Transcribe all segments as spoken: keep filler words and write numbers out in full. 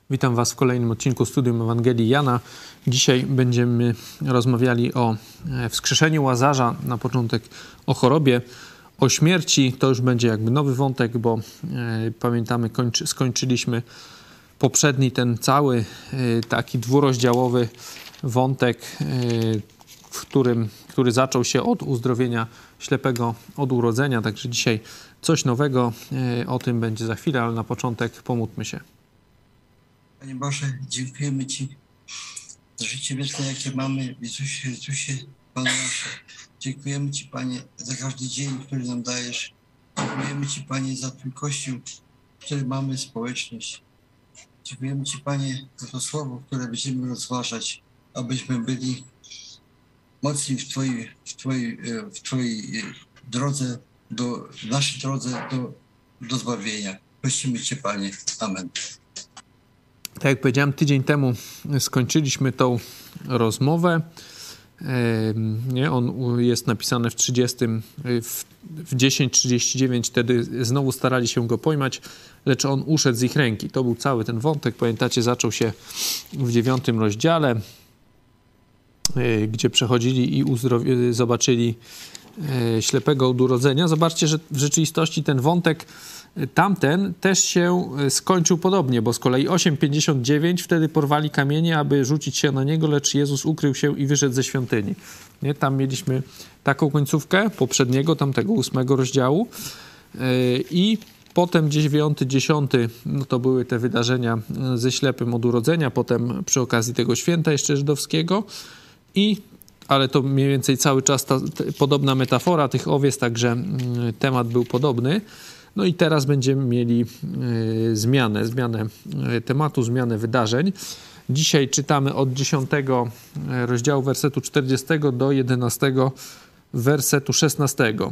Witam Was w kolejnym odcinku Studium Ewangelii Jana. Dzisiaj będziemy rozmawiali o wskrzeszeniu Łazarza, na początek o chorobie, o śmierci. To już będzie jakby nowy wątek, bo e, pamiętamy, kończy, skończyliśmy poprzedni ten cały e, taki dwurozdziałowy wątek, e, w którym, który zaczął się od uzdrowienia ślepego od urodzenia. Także dzisiaj coś nowego, e, o tym będzie za chwilę, ale na początek pomódlmy się. Panie Boże, dziękujemy Ci za życie wieczne, jakie mamy w Jezusie, Jezusie, Panu nasze. Dziękujemy Ci, Panie, za każdy dzień, który nam dajesz. Dziękujemy Ci, Panie, za Twój Kościół, który mamy, społeczność. Dziękujemy Ci, Panie, za to słowo, które będziemy rozważać, abyśmy byli mocni w Twojej, w Twojej, w Twojej drodze, do, w naszej drodze do, do zbawienia. Prosimy Cię, Panie. Amen. Tak jak powiedziałem, tydzień temu skończyliśmy tą rozmowę. Nie, on jest napisany w trzydziestym, w, w dziesięć trzydzieści dziewięć, wtedy znowu starali się go pojmać, lecz on uszedł z ich ręki. To był cały ten wątek. Pamiętacie, zaczął się w dziewiątym rozdziale, gdzie przechodzili i uzdrowi- zobaczyli ślepego od urodzenia. Zobaczcie, że w rzeczywistości ten wątek tamten też się skończył podobnie, bo z kolei osiem pięćdziesiąt dziewięć wtedy porwali kamienie, aby rzucić się na niego, lecz Jezus ukrył się i wyszedł ze świątyni. Nie? Tam mieliśmy taką końcówkę poprzedniego, tamtego ósmego rozdziału i potem dziewiąty, dziesiąty, no to były te wydarzenia ze ślepym od urodzenia, potem przy okazji tego święta jeszcze żydowskiego i ale to mniej więcej cały czas ta, ta podobna metafora tych owiec, także y, temat był podobny. No i teraz będziemy mieli y, zmianę, zmianę y, tematu, zmianę wydarzeń. Dzisiaj czytamy od dziesiątego rozdziału wersetu czterdziestego do jedenastego wersetu szesnastego.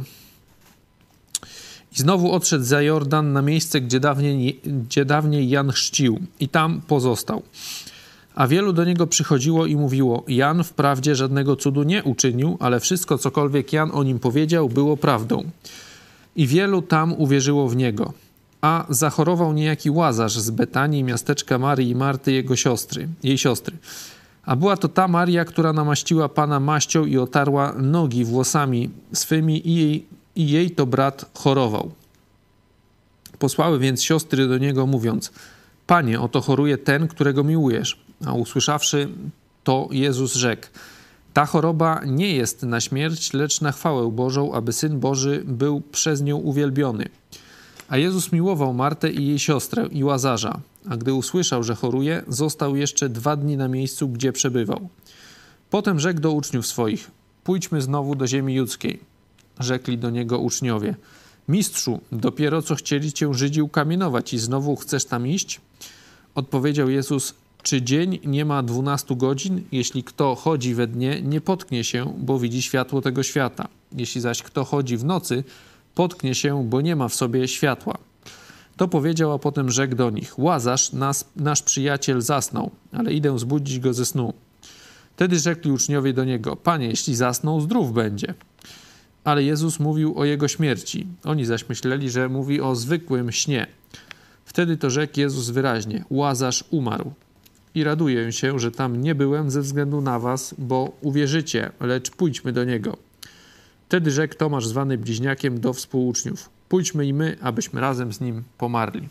I znowu odszedł za Jordan na miejsce, gdzie dawniej, gdzie dawniej Jan chrzcił i tam pozostał. A wielu do niego przychodziło i mówiło: Jan wprawdzie żadnego cudu nie uczynił, ale wszystko, cokolwiek Jan o nim powiedział, było prawdą. I wielu tam uwierzyło w niego. A zachorował niejaki Łazarz z Betanii, miasteczka Marii i Marty, jego siostry, jej siostry. A była to ta Maria, która namaściła Pana maścią i otarła nogi włosami swymi i jej, i jej to brat chorował. Posłały więc siostry do niego, mówiąc: Panie, oto choruje ten, którego miłujesz. A usłyszawszy to, Jezus rzekł: ta choroba nie jest na śmierć, lecz na chwałę Bożą, aby Syn Boży był przez nią uwielbiony. A Jezus miłował Martę i jej siostrę i Łazarza, a gdy usłyszał, że choruje, został jeszcze dwa dni na miejscu, gdzie przebywał. Potem rzekł do uczniów swoich: pójdźmy znowu do ziemi judzkiej. Rzekli do niego uczniowie: Mistrzu, dopiero co chcieli cię Żydzi ukamienować i znowu chcesz tam iść? Odpowiedział Jezus: czy dzień nie ma dwunastu godzin? Jeśli kto chodzi we dnie, nie potknie się, bo widzi światło tego świata. Jeśli zaś kto chodzi w nocy, potknie się, bo nie ma w sobie światła. To powiedział, a potem rzekł do nich: Łazarz, nas, nasz przyjaciel, zasnął, ale idę zbudzić go ze snu. Wtedy rzekli uczniowie do niego: Panie, jeśli zasnął, zdrów będzie. Ale Jezus mówił o jego śmierci. Oni zaś myśleli, że mówi o zwykłym śnie. Wtedy to rzekł Jezus wyraźnie: Łazarz umarł. I raduję się, że tam nie byłem ze względu na was, bo uwierzycie, lecz pójdźmy do niego. Wtedy rzekł Tomasz, zwany Bliźniakiem, do współuczniów: pójdźmy i my, abyśmy razem z nim pomarli.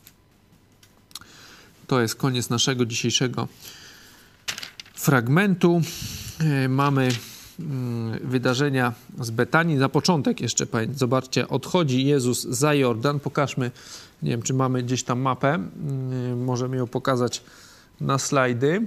To jest koniec naszego dzisiejszego fragmentu. Mamy wydarzenia z Betanii. Na początek jeszcze, zobaczcie, odchodzi Jezus za Jordan. Pokażmy, nie wiem, czy mamy gdzieś tam mapę. Możemy ją pokazać na slajdy.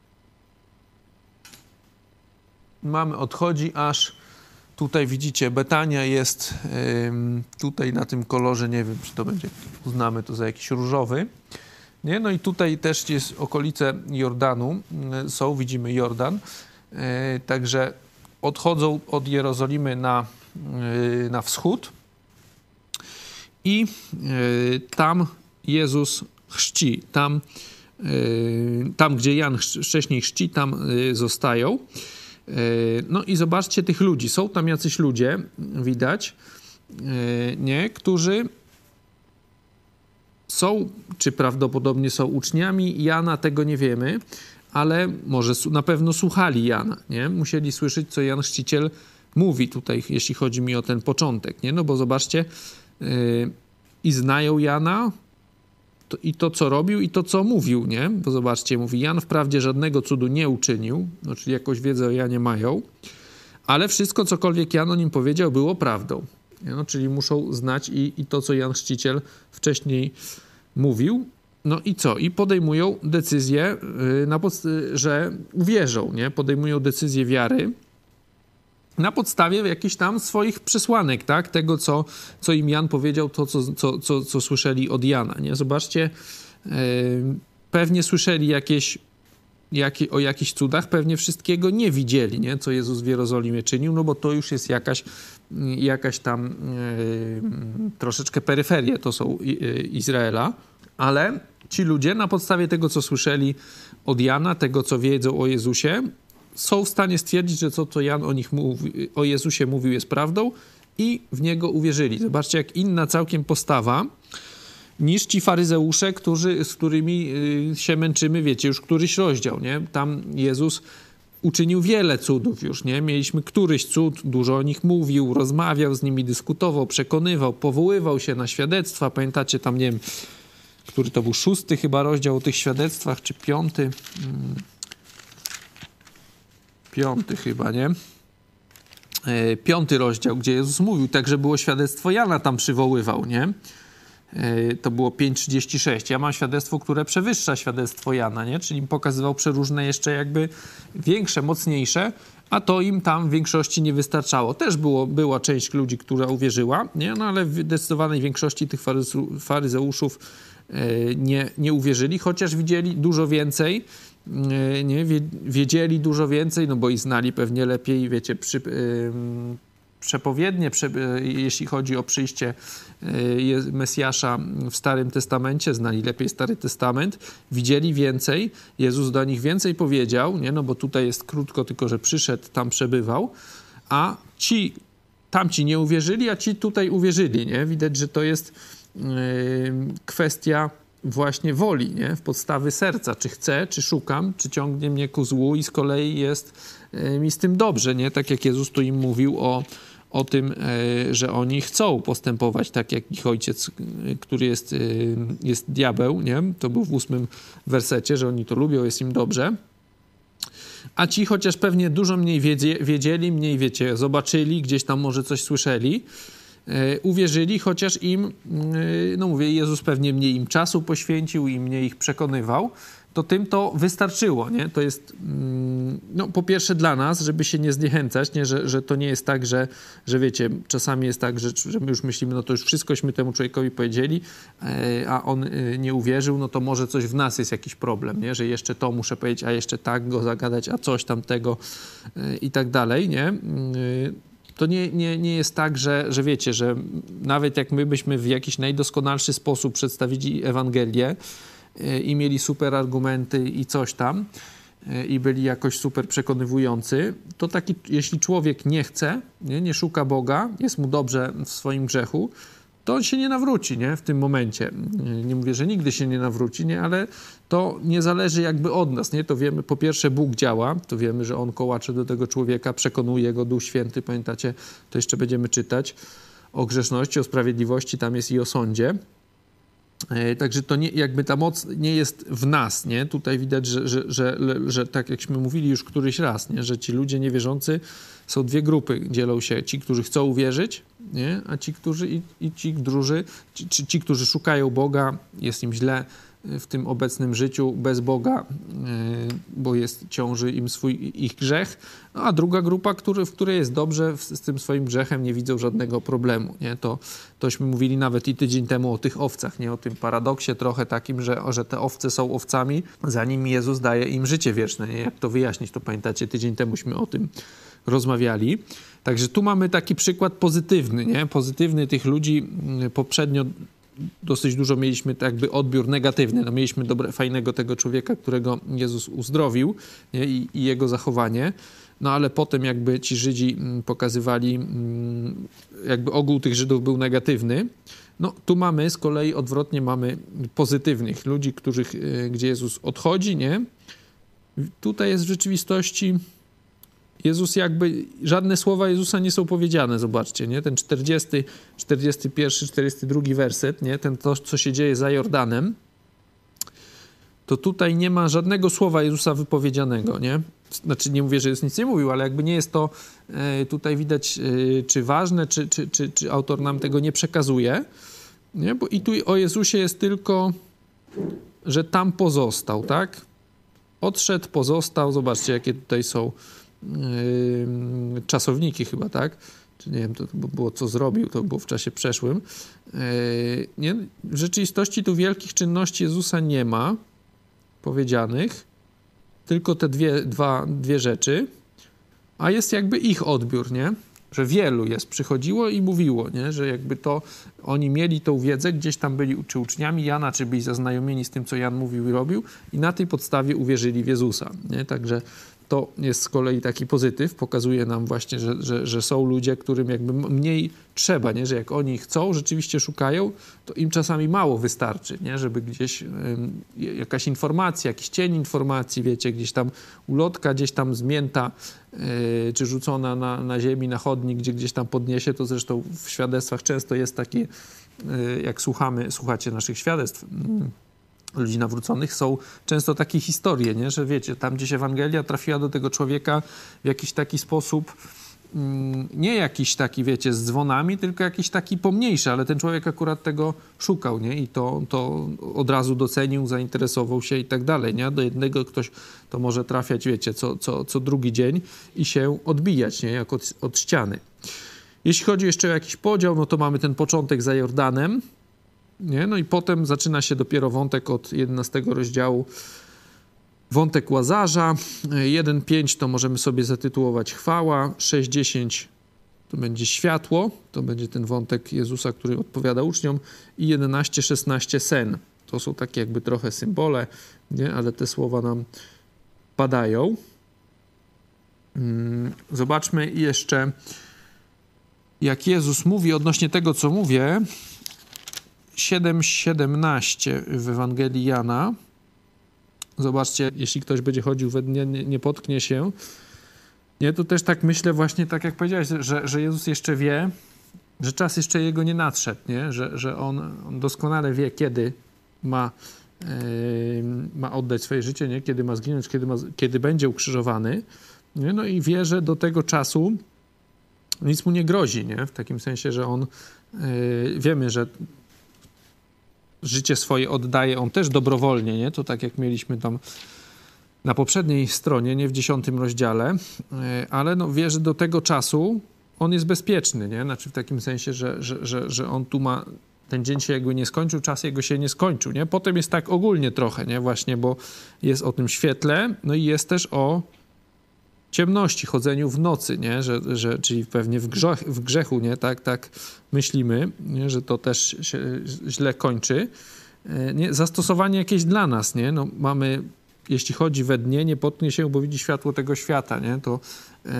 Mamy, odchodzi aż tutaj, widzicie, Betania jest ym, tutaj na tym kolorze, nie wiem, czy to będzie, uznamy to za jakiś różowy. Nie? No i tutaj też jest okolice Jordanu, y, są, widzimy Jordan. Y, także odchodzą od Jerozolimy na, y, na wschód i y, tam Jezus chrzci, tam tam, gdzie Jan wcześniej chrzci, tam zostają. No i zobaczcie tych ludzi. Są tam jacyś ludzie, widać, nie, którzy są, czy prawdopodobnie są uczniami Jana, tego nie wiemy, ale może na pewno słuchali Jana, nie? Musieli słyszeć, co Jan Chrzciciel mówi tutaj, jeśli chodzi mi o ten początek, nie? No bo zobaczcie, yy, i znają Jana to, i to, co robił, i to, co mówił, nie? Bo zobaczcie, mówi, Jan wprawdzie żadnego cudu nie uczynił, no, czyli jakąś wiedzę o Janie mają, ale wszystko, cokolwiek Jan o nim powiedział, było prawdą. Nie? No, czyli muszą znać i, i to, co Jan Chrzciciel wcześniej mówił. No i co? I podejmują decyzję, yy, na podst- że uwierzą, nie? Podejmują decyzję wiary na podstawie jakichś tam swoich przesłanek, tak? Tego, co, co im Jan powiedział, to, co, co, co, co słyszeli od Jana, nie? Zobaczcie, yy, pewnie słyszeli jakieś, jakie, o jakichś cudach, pewnie wszystkiego nie widzieli, nie? Co Jezus w Jerozolimie czynił, no bo to już jest jakaś, jakaś tam yy, troszeczkę peryferie, to są yy, Izraela, ale ci ludzie na podstawie tego, co słyszeli od Jana, tego, co wiedzą o Jezusie, są w stanie stwierdzić, że co to Jan o nich mówi, o Jezusie mówił, jest prawdą i w Niego uwierzyli. Zobaczcie, jak inna całkiem postawa niż ci faryzeusze, którzy, z którymi się męczymy, wiecie, już któryś rozdział, nie? Tam Jezus uczynił wiele cudów już, nie? Mieliśmy któryś cud, dużo o nich mówił, rozmawiał z nimi, dyskutował, przekonywał, powoływał się na świadectwa. Pamiętacie tam, nie wiem, który to był szósty chyba rozdział o tych świadectwach, czy piąty? Hmm. Piąty chyba, nie? E, piąty rozdział, gdzie Jezus mówił, także było świadectwo Jana tam przywoływał, nie? E, to było pięć trzydzieści sześć. Ja mam świadectwo, które przewyższa świadectwo Jana, nie? Czyli im pokazywał przeróżne jeszcze jakby większe, mocniejsze, a to im tam w większości nie wystarczało. Też było, była część ludzi, która uwierzyła, nie? No ale w zdecydowanej większości tych faryzu, faryzeuszów e, nie, nie uwierzyli, chociaż widzieli dużo więcej, nie, wiedzieli dużo więcej, no bo i znali pewnie lepiej, wiecie, przy, yy, przepowiednie, prze, yy, jeśli chodzi o przyjście yy, Mesjasza w Starym Testamencie, znali lepiej Stary Testament, widzieli więcej, Jezus do nich więcej powiedział, nie, no bo tutaj jest krótko, tylko że przyszedł, tam przebywał, a ci, tamci nie uwierzyli, a ci tutaj uwierzyli, nie, widać, że to jest yy, kwestia właśnie woli, nie? W podstawy serca, czy chcę, czy szukam, czy ciągnie mnie ku złu i z kolei jest e, mi z tym dobrze, nie? Tak jak Jezus tu im mówił o, o tym, e, że oni chcą postępować tak jak ich ojciec, e, który jest, e, jest diabeł, nie? To był w ósmym wersecie, że oni to lubią, jest im dobrze. A ci chociaż pewnie dużo mniej wiedzie, wiedzieli, mniej, wiecie, zobaczyli, gdzieś tam może coś słyszeli, uwierzyli, chociaż im, no mówię, Jezus pewnie mniej im czasu poświęcił i mniej ich przekonywał, to tym to wystarczyło, nie? To jest, no po pierwsze dla nas, żeby się nie zniechęcać, nie? Że, że to nie jest tak, że, że wiecie, czasami jest tak, że, że my już myślimy, no to już wszystkośmy temu człowiekowi powiedzieli, a on nie uwierzył, no to może coś w nas jest jakiś problem, nie? Że jeszcze to muszę powiedzieć, a jeszcze tak go zagadać, a coś tamtego i tak dalej, nie? To nie, nie, nie jest tak, że, że wiecie, że nawet jak my byśmy w jakiś najdoskonalszy sposób przedstawili Ewangelię i mieli super argumenty i coś tam i byli jakoś super przekonywujący, to taki, jeśli człowiek nie chce, nie, nie szuka Boga, jest mu dobrze w swoim grzechu, to on się nie nawróci, nie, w tym momencie. Nie mówię, że nigdy się nie nawróci, nie, ale to nie zależy jakby od nas, nie, to wiemy, po pierwsze Bóg działa, to wiemy, że On kołacze do tego człowieka, przekonuje go, Duch Święty, pamiętacie, to jeszcze będziemy czytać o grzeszności, o sprawiedliwości, tam jest i o sądzie. Także to nie, jakby ta moc nie jest w nas, nie? Tutaj widać, że, że, że, że tak jakśmy mówili już któryś raz, nie? Że ci ludzie niewierzący są dwie grupy, dzielą się ci, którzy chcą uwierzyć, nie? A ci, którzy i, i ci, którzy, ci, ci, którzy szukają Boga, jest im źle w tym obecnym życiu bez Boga, bo jest, ciąży im swój, ich grzech, no a druga grupa, który, w której jest dobrze z tym swoim grzechem, nie widzą żadnego problemu, nie? To, tośmy mówili nawet i tydzień temu o tych owcach, nie? O tym paradoksie trochę takim, że, że te owce są owcami, zanim Jezus daje im życie wieczne, nie? Jak to wyjaśnić, to pamiętacie, tydzień temuśmy o tym rozmawiali. Także tu mamy taki przykład pozytywny, nie? Pozytywny tych ludzi. Poprzednio dosyć dużo mieliśmy jakby odbiór negatywny. No, mieliśmy dobre, fajnego tego człowieka, którego Jezus uzdrowił, nie? I, i jego zachowanie. No ale potem jakby ci Żydzi pokazywali, jakby ogół tych Żydów był negatywny. No tu mamy z kolei odwrotnie, mamy pozytywnych ludzi, których, gdzie Jezus odchodzi, nie? Tutaj jest w rzeczywistości Jezus jakby, żadne słowa Jezusa nie są powiedziane, zobaczcie, nie? Ten czterdziesty, czterdziesty pierwszy, czterdziesty drugi werset, nie? Ten to, co się dzieje za Jordanem, to tutaj nie ma żadnego słowa Jezusa wypowiedzianego, nie? Znaczy nie mówię, że Jezus nic nie mówił, ale jakby nie jest to e, tutaj widać e, czy ważne, czy, czy, czy, czy autor nam tego nie przekazuje, nie? Bo i tu o Jezusie jest tylko, że tam pozostał, tak? Odszedł, pozostał, zobaczcie jakie tutaj są Yy, czasowniki chyba, tak? Czy nie wiem, to było co zrobił, to było w czasie przeszłym. Yy, nie? W rzeczywistości tu wielkich czynności Jezusa nie ma powiedzianych, tylko te dwie, dwa, dwie rzeczy, a jest jakby ich odbiór, nie? Że wielu jest, przychodziło i mówiło, nie? Że jakby to oni mieli tą wiedzę, gdzieś tam byli czy uczniami Jana, czy byli zaznajomieni z tym, co Jan mówił i robił i na tej podstawie uwierzyli w Jezusa, nie? Także to jest z kolei taki pozytyw, pokazuje nam właśnie, że, że, że są ludzie, którym jakby mniej trzeba, nie? Że jak oni chcą, rzeczywiście szukają, to im czasami mało wystarczy, nie? Żeby gdzieś ym, jakaś informacja, jakiś cień informacji, wiecie, gdzieś tam ulotka, gdzieś tam zmięta, yy, czy rzucona na, na ziemi, na chodnik, gdzie gdzieś tam podniesie, to zresztą w świadectwach często jest takie, yy, jak słuchamy, słuchacie naszych świadectw, yy, ludzi nawróconych, są często takie historie, nie? Że wiecie, tam gdzieś Ewangelia trafiła do tego człowieka w jakiś taki sposób, mm, nie jakiś taki, wiecie, z dzwonami, tylko jakiś taki pomniejszy, ale ten człowiek akurat tego szukał, nie? I to, to od razu docenił, zainteresował się i tak dalej, nie? Do jednego ktoś to może trafiać, wiecie, co, co, co drugi dzień i się odbijać, nie? Jak od, od ściany. Jeśli chodzi jeszcze o jakiś podział, no to mamy ten początek za Jordanem, nie? No i potem zaczyna się dopiero wątek od jedenastego rozdziału, wątek Łazarza. jeden pięć to możemy sobie zatytułować chwała, sześć dziesięć to będzie światło, to będzie ten wątek Jezusa, który odpowiada uczniom i jedenaście szesnaście sen. To są takie jakby trochę symbole, nie? Ale te słowa nam padają. Zobaczmy jeszcze, jak Jezus mówi odnośnie tego, co mówię. siedem siedemnaście w Ewangelii Jana. Zobaczcie, jeśli ktoś będzie chodził we dnie, nie, nie potknie się. Nie, to też tak myślę właśnie, tak jak powiedziałeś, że, że Jezus jeszcze wie, że czas jeszcze Jego nie nadszedł, nie? Że, że on, on doskonale wie, kiedy ma, yy, ma oddać swoje życie, nie? Kiedy ma zginąć, kiedy, ma, kiedy będzie ukrzyżowany. Nie? No i wie, że do tego czasu nic mu nie grozi, nie? W takim sensie, że on yy, wiemy, że życie swoje oddaje on też dobrowolnie, nie? To tak jak mieliśmy tam na poprzedniej stronie, nie w dziesiątym rozdziale, ale no wie, że do tego czasu on jest bezpieczny, nie? Znaczy w takim sensie, że, że, że, że on tu ma, ten dzień się jakby nie skończył, czas jego się nie skończył, nie? Potem jest tak ogólnie trochę, nie? Właśnie, bo jest o tym świetle, no i jest też o ciemności, chodzeniu w nocy, nie? Że, że, czyli pewnie w, grzech, w grzechu, nie? Tak, tak myślimy, nie? Że to też się źle kończy. Nie? Zastosowanie jakieś dla nas, nie? No, mamy, jeśli chodzi we dnie, nie potknie się, bo widzi światło tego świata, nie? To yy,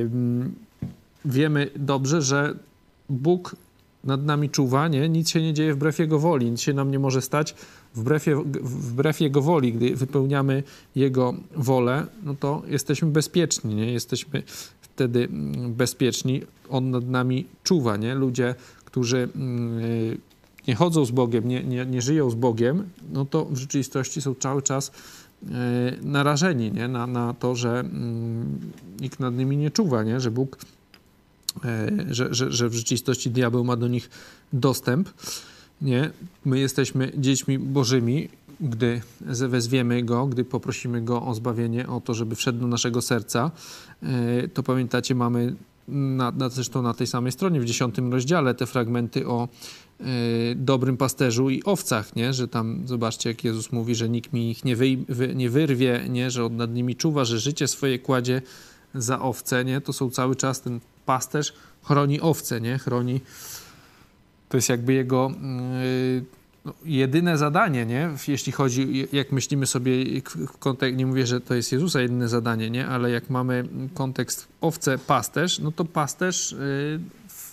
wiemy dobrze, że Bóg nad nami czuwa, nie? Nic się nie dzieje wbrew Jego woli, nic się nam nie może stać wbrew, wbrew Jego woli. Gdy wypełniamy Jego wolę, no to jesteśmy bezpieczni, nie? Jesteśmy wtedy bezpieczni. On nad nami czuwa, nie? Ludzie, którzy yy, nie chodzą z Bogiem, nie, nie, nie żyją z Bogiem, no to w rzeczywistości są cały czas yy, narażeni, nie? Na, na to, że yy, nikt nad nimi nie czuwa, nie? Że Bóg Że, że, że w rzeczywistości diabeł ma do nich dostęp. Nie? My jesteśmy dziećmi bożymi, gdy wezwiemy Go, gdy poprosimy Go o zbawienie, o to, żeby wszedł do naszego serca. To pamiętacie, mamy na, na, zresztą na tej samej stronie, w dziesiątym rozdziale, te fragmenty o y, dobrym pasterzu i owcach, nie? Że tam, zobaczcie, jak Jezus mówi, że nikt mi ich nie, wy, wy, nie wyrwie, nie? Że on nad nimi czuwa, że życie swoje kładzie za owce, nie? To są cały czas, ten pasterz chroni owce, nie? Chroni, to jest jakby jego yy, no, jedyne zadanie, nie? Jeśli chodzi, jak myślimy sobie w kontekście, nie mówię, że to jest Jezusa jedyne zadanie, nie? Ale jak mamy kontekst owce, pasterz, no to pasterz yy, w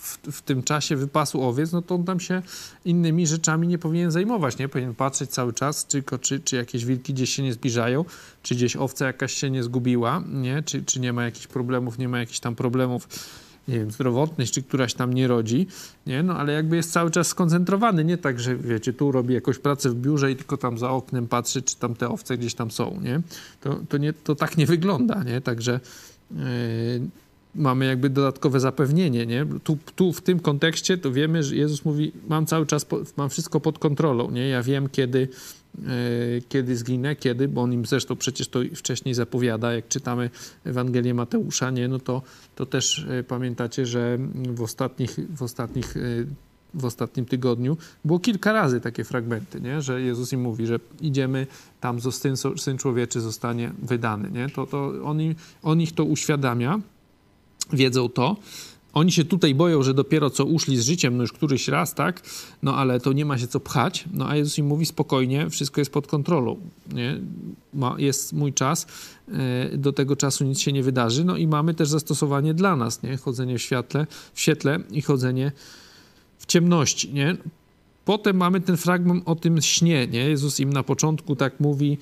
w, w tym czasie wypasu owiec, no to on tam się innymi rzeczami nie powinien zajmować, nie? Powinien patrzeć cały czas, tylko czy, czy jakieś wilki gdzieś się nie zbliżają, czy gdzieś owca jakaś się nie zgubiła, nie? Czy, czy nie ma jakichś problemów, nie ma jakichś tam problemów, nie wiem, zdrowotnych, czy któraś tam nie rodzi, nie? No ale jakby jest cały czas skoncentrowany, nie tak, że wiecie, tu robi jakąś pracę w biurze i tylko tam za oknem patrzy, czy tam te owce gdzieś tam są, nie? To, to, nie, to tak nie wygląda, nie? Także yy, mamy jakby dodatkowe zapewnienie, nie? Tu, tu w tym kontekście to wiemy, że Jezus mówi, mam cały czas, po, mam wszystko pod kontrolą, nie? Ja wiem, kiedy kiedy zginę, kiedy, bo on im zresztą przecież to wcześniej zapowiada, jak czytamy Ewangelię Mateusza, nie, no to, to też pamiętacie, że w ostatnich, w ostatnich w ostatnim tygodniu było kilka razy takie fragmenty, nie, że Jezus im mówi, że idziemy tam, syn, syn człowieczy zostanie wydany, nie, to, to on, im, on ich to uświadamia, wiedzą to. Oni się tutaj boją, że dopiero co uszli z życiem, no już któryś raz, tak? No ale to nie ma się co pchać. No a Jezus im mówi spokojnie, wszystko jest pod kontrolą, nie? Ma, jest mój czas, yy, do tego czasu nic się nie wydarzy. No i mamy też zastosowanie dla nas, nie? Chodzenie w świetle, w świetle i chodzenie w ciemności, nie? Potem mamy ten fragment o tym śnie, nie? Jezus im na początku tak mówi,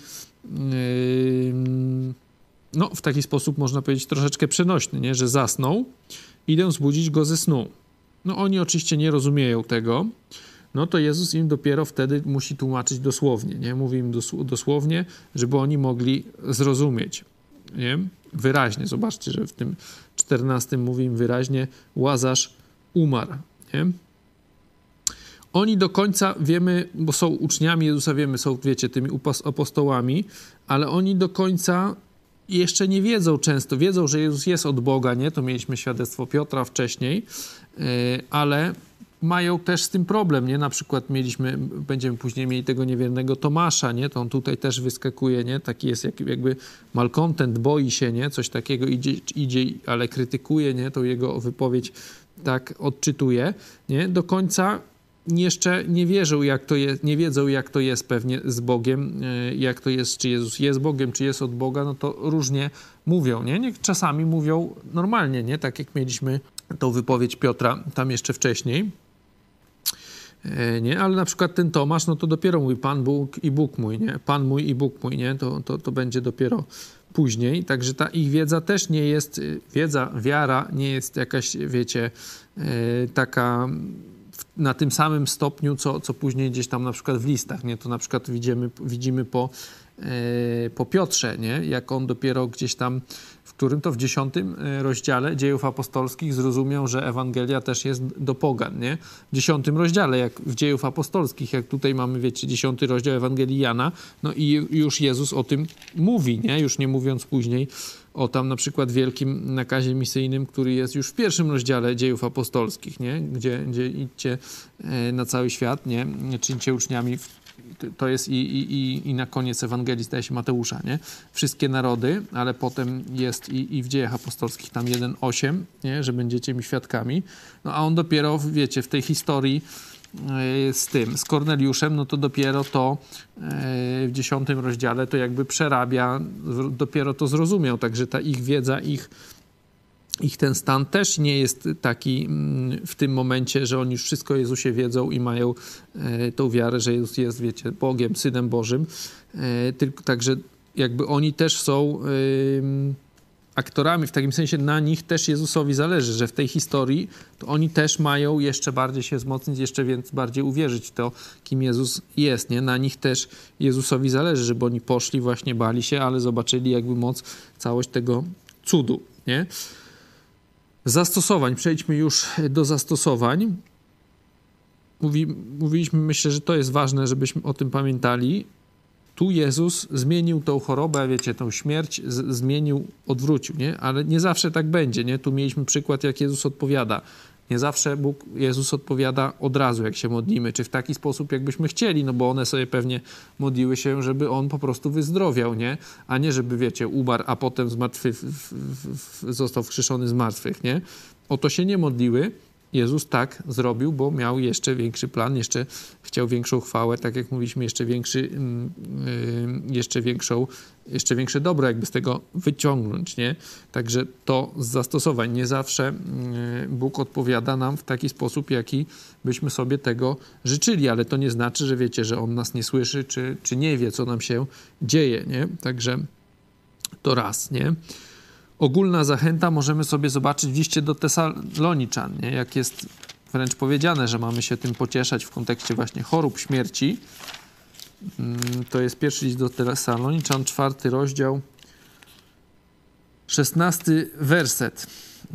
yy, no w taki sposób można powiedzieć troszeczkę przenośny, nie? Że zasnął. Idę zbudzić go ze snu. No oni oczywiście nie rozumieją tego, no to Jezus im dopiero wtedy musi tłumaczyć dosłownie, nie? Mówi im dos- dosłownie, żeby oni mogli zrozumieć, nie? Wyraźnie. Zobaczcie, że w tym czternastym mówi im wyraźnie, Łazarz umarł, nie? Oni do końca wiemy, bo są uczniami Jezusa, wiemy, są, wiecie, tymi apostołami, ale oni do końca jeszcze nie wiedzą często, wiedzą, że Jezus jest od Boga, nie? To mieliśmy świadectwo Piotra wcześniej, yy, ale mają też z tym problem, nie? Na przykład mieliśmy, będziemy później mieli tego niewiernego Tomasza, nie? To on tutaj też wyskakuje, nie? Taki jest jak, jakby malkontent, boi się, nie? Coś takiego idzie, idzie, ale krytykuje, nie? Tą jego wypowiedź tak odczytuje, nie? Do końca jeszcze nie wierzą, jak to jest, nie wiedzą, jak to jest pewnie z Bogiem, jak to jest, czy Jezus jest Bogiem, czy jest od Boga, no to różnie mówią, nie? nie? Czasami mówią normalnie, nie? Tak jak mieliśmy tą wypowiedź Piotra tam jeszcze wcześniej, nie? Ale na przykład ten Tomasz, no to dopiero mówi Pan Bóg i Bóg mój, nie? Pan mój i Bóg mój, nie? To, to, to będzie dopiero później, także ta ich wiedza też nie jest, wiedza, wiara nie jest jakaś, wiecie, taka na tym samym stopniu, co, co później gdzieś tam na przykład w listach, nie? To na przykład widzimy, widzimy po, yy, po Piotrze, nie? Jak on dopiero gdzieś tam, w którym to w dziesiątym rozdziale Dziejów Apostolskich zrozumiał, że Ewangelia też jest do pogan, nie? W dziesiątym rozdziale, jak w Dziejów Apostolskich, jak tutaj mamy, wiecie, dziesiąty rozdział Ewangelii Jana, no i już Jezus o tym mówi, nie? Już nie mówiąc później o tam na przykład wielkim nakazie misyjnym, który jest już w pierwszym rozdziale Dziejów Apostolskich, nie? Gdzie, gdzie idźcie na cały świat, nie? Czyńcie uczniami, to jest i, i, i na koniec Ewangelii zdaje się Mateusza, nie? Wszystkie narody, ale potem jest i, i w Dziejach Apostolskich tam jeden osiem, nie? Że będziecie mi świadkami. No a on dopiero, wiecie, w tej historii z tym, z Korneliuszem, no to dopiero to w dziesiątym rozdziale to jakby przerabia, dopiero to zrozumiał, także ta ich wiedza, ich, ich ten stan też nie jest taki w tym momencie, że oni już wszystko o Jezusie wiedzą i mają tą wiarę, że Jezus jest, wiecie, Bogiem, Synem Bożym, tylko także jakby oni też są aktorami, w takim sensie na nich też Jezusowi zależy, że w tej historii to oni też mają jeszcze bardziej się wzmocnić, jeszcze więc bardziej uwierzyć w to, kim Jezus jest, nie? Na nich też Jezusowi zależy, żeby oni poszli, właśnie bali się, ale zobaczyli jakby moc, całość tego cudu, nie? Zastosowań. Przejdźmy już do zastosowań. Mówi, mówiliśmy, myślę, że to jest ważne, żebyśmy o tym pamiętali. Tu Jezus zmienił tą chorobę, wiecie, tą śmierć, z, zmienił, odwrócił, nie? Ale nie zawsze tak będzie, nie? Tu mieliśmy przykład, jak Jezus odpowiada. Nie zawsze Bóg, Jezus odpowiada od razu, jak się modlimy, czy w taki sposób, jakbyśmy chcieli, no bo one sobie pewnie modliły się, żeby On po prostu wyzdrowiał, nie? A nie, żeby, wiecie, umarł, a potem zmartwy, w, w, w, został wskrzeszony z martwych, nie? O to się nie modliły. Jezus tak zrobił, bo miał jeszcze większy plan, jeszcze chciał większą chwałę, tak jak mówiliśmy, jeszcze większy, yy, jeszcze większą, jeszcze większe dobro jakby z tego wyciągnąć, nie? Także to z zastosowań. Nie zawsze Bóg odpowiada nam w taki sposób, jaki byśmy sobie tego życzyli, ale to nie znaczy, że wiecie, że On nas nie słyszy, czy, czy nie wie, co nam się dzieje, nie? Także to raz, nie? Ogólna zachęta możemy sobie zobaczyć w liście do Tesaloniczan, nie? Jak jest wręcz powiedziane, że mamy się tym pocieszać w kontekście właśnie chorób, śmierci. To jest pierwszy list do Tesaloniczan, czwarty rozdział, szesnasty werset.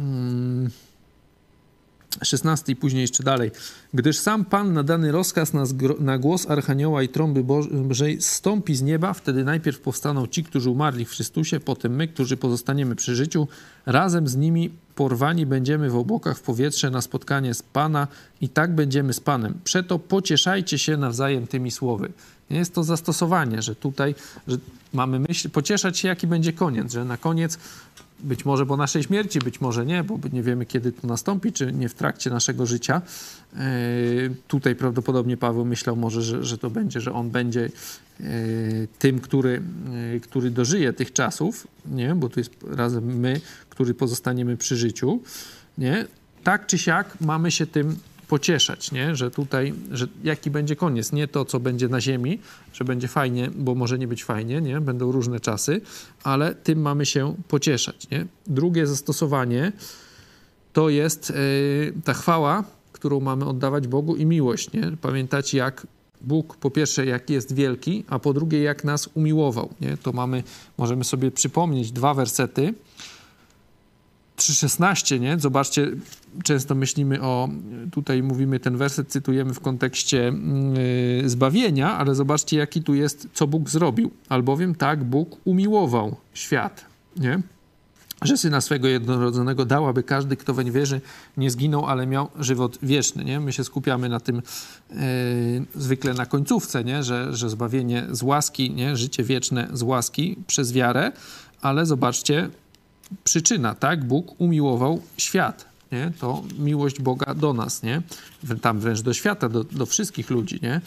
szesnasty i później jeszcze dalej. Gdyż sam Pan na dany rozkaz na, na głos Archanioła i trąby Bożej zstąpi z nieba, wtedy najpierw powstaną ci, którzy umarli w Chrystusie, potem my, którzy pozostaniemy przy życiu, razem z nimi porwani będziemy w obłokach w powietrze na spotkanie z Pana i tak będziemy z Panem. Przeto pocieszajcie się nawzajem tymi słowy. Nie jest to zastosowanie, że tutaj że mamy myśl, pocieszać się, jaki będzie koniec, że na koniec być może po naszej śmierci, być może nie, bo nie wiemy, kiedy to nastąpi, czy nie w trakcie naszego życia. Yy, tutaj prawdopodobnie Paweł myślał może, że, że to będzie, że on będzie yy, tym, który, yy, który dożyje tych czasów, nie? Bo to jest razem my, który pozostaniemy przy życiu. Nie? Tak czy siak mamy się tym pocieszać, nie? Że tutaj, że jaki będzie koniec, nie to, co będzie na ziemi, że będzie fajnie, bo może nie być fajnie, nie? Będą różne czasy, ale tym mamy się pocieszać, nie? Drugie zastosowanie to jest yy, ta chwała, którą mamy oddawać Bogu i miłość, nie? Pamiętacie, jak Bóg po pierwsze, jak jest wielki, a po drugie, jak nas umiłował, nie? To mamy, możemy sobie przypomnieć dwa wersety, trzy szesnaście, nie? Zobaczcie, często myślimy o, tutaj mówimy, ten werset cytujemy w kontekście yy, zbawienia, ale zobaczcie, jaki tu jest, co Bóg zrobił. Albowiem tak Bóg umiłował świat, nie? Że Syna swego jednorodzonego dał, aby każdy, kto weń wierzy, nie zginął, ale miał żywot wieczny, nie? My się skupiamy na tym yy, zwykle na końcówce, nie? Że, że zbawienie z łaski, nie? Życie wieczne z łaski przez wiarę, ale zobaczcie, przyczyna, tak? Bóg umiłował świat, nie? To miłość Boga do nas, nie? Tam wręcz do świata, do, do wszystkich ludzi, nie?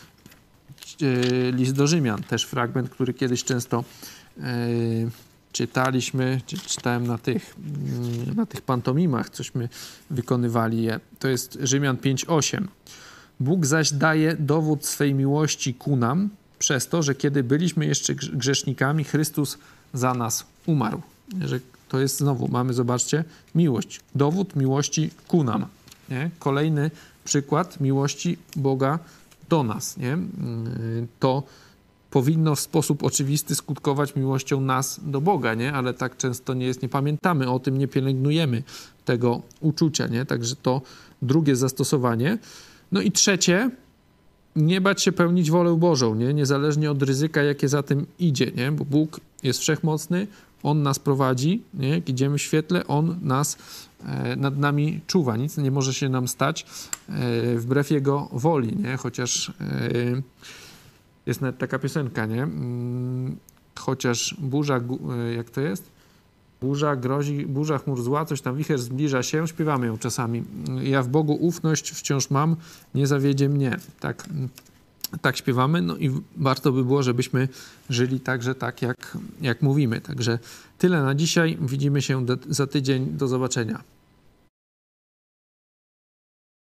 List do Rzymian, też fragment, który kiedyś często yy, czytaliśmy, czy czytałem na tych, yy, na tych pantomimach, cośmy wykonywali je. To jest Rzymian pięć osiem. Bóg zaś daje dowód swej miłości ku nam przez to, że kiedy byliśmy jeszcze grzesznikami, Chrystus za nas umarł. Że to jest znowu, mamy, zobaczcie, miłość. Dowód miłości ku nam. Nie? Kolejny przykład miłości Boga do nas. Nie? To powinno w sposób oczywisty skutkować miłością nas do Boga, nie? Ale tak często nie jest, nie pamiętamy o tym, nie pielęgnujemy tego uczucia. Nie? Także to drugie zastosowanie. No i trzecie, nie bać się pełnić wolę Bożą, nie? Niezależnie od ryzyka, jakie za tym idzie, nie? Bo Bóg jest wszechmocny, On nas prowadzi, nie? Jak idziemy w świetle, On nas e, nad nami czuwa. Nic nie może się nam stać e, wbrew Jego woli, nie? Chociaż e, jest nawet taka piosenka, nie? Mm, chociaż burza, e, jak to jest? Burza grozi, burza chmur zła, coś tam, wicher zbliża się, śpiewamy ją czasami. Ja w Bogu ufność wciąż mam, nie zawiedzie mnie. Tak, tak śpiewamy, no i warto by było, żebyśmy żyli także tak, jak, jak mówimy. Także tyle na dzisiaj. Widzimy się do, za tydzień. Do zobaczenia.